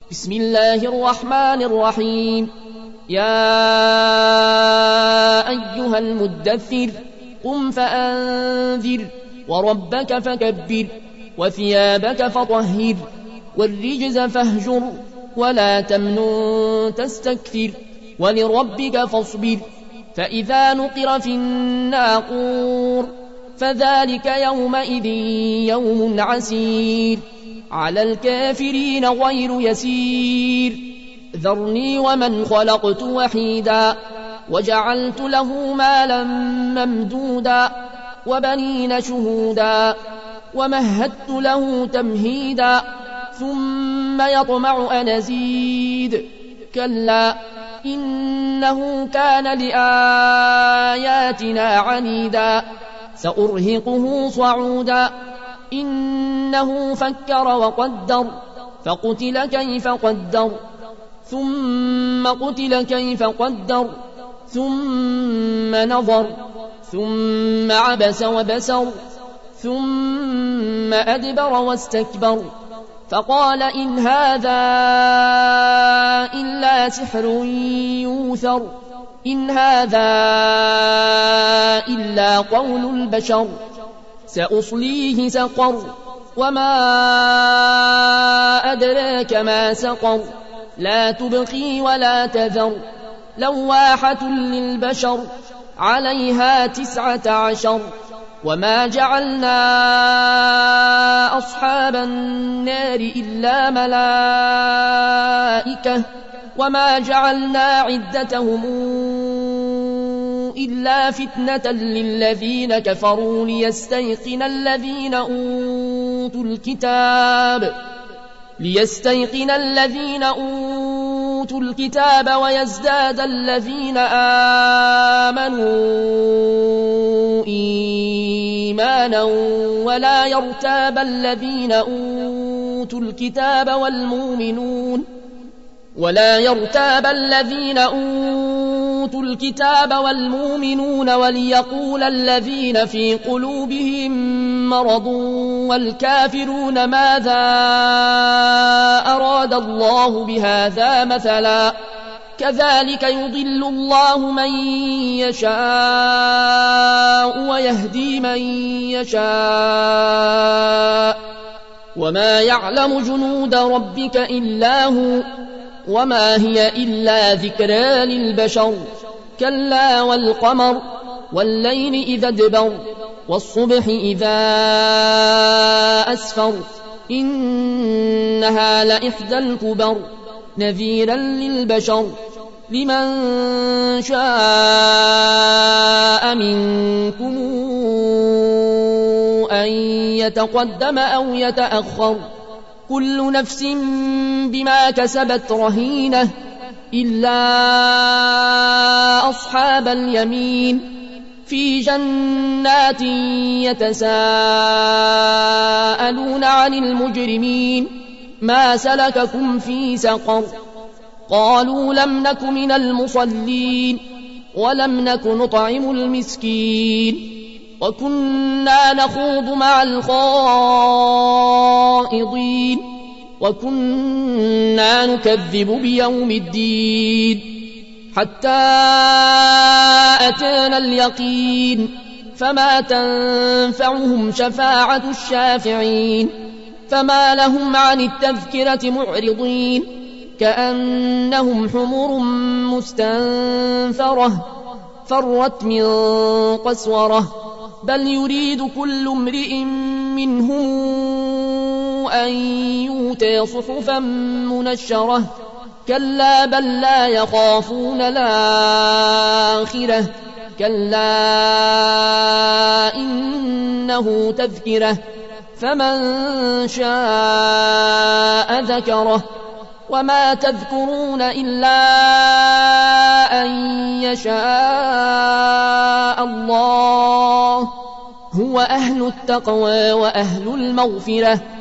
بسم الله الرحمن الرحيم. يا أيها المدثر قم فأنذر وربك فكبر وثيابك فطهر والرجز فاهجر ولا تمنن تستكثر ولربك فاصبر فإذا نقر في الناقور فذلك يومئذ يوم عسير على الكافرين غير يسير. ذرني ومن خلقت وحيدا وجعلت له مالا ممدودا وبنين شهودا ومهدت له تمهيدا ثم يطمع أن أزيد كلا إنه كان لآياتنا عنيدا سأرهقه صعودا إنه فكر وقدر فقتل كيف قدر ثم قتل كيف قدر ثم نظر ثم عبس وبسر ثم أدبر واستكبر فقال إن هذا إلا سحر يوثر إن هذا إلا قول البشر سأصليه سقر وما أدراك ما سقر لا تبقي ولا تذر لواحة للبشر عليها 19 وما جعلنا أصحاب النار إلا ملائكة وما جعلنا عدتهم إلا فتنة للذين كفروا ليستيقن الذين أوتوا الكتاب ويزداد الذين آمنوا إيمانا ولا يرتاب الذين أوتوا الكتاب والمؤمنون وليقول الذين في قلوبهم مرض والكافرون ماذا أراد الله بهذا مثلا كذلك يضل الله من يشاء ويهدي من يشاء وما يعلم جنود ربك إلا هو وما هي إلا ذكرى للبشر كلا والقمر والليل إذا ادبر والصبح إذا أسفر إنها لإحدى الكبر نذيرا للبشر لمن شاء منكم أن يتقدم أو يتأخر كل نفس بما كسبت رهينة إلا أصحاب اليمين في جنات يتساءلون عن المجرمين ما سلككم في سقر قالوا لم نك من المصلين ولم نك نطعم المسكين وكنا نخوض مع الخائضين وكنا نكذب بيوم الدين حتى أتانا اليقين فما تنفعهم شفاعة الشافعين فما لهم عن التذكرة معرضين كأنهم حمر مستنفرة فرت من قسورة بل يريد كل امرئ منهم أن يؤتى صحفا منشرة كلا بل لا يخافون الآخرة كلا إنه تذكرة فمن شاء ذكره وما تذكرون إلا أن يشاء الله هو أهل التقوى وأهل المغفرة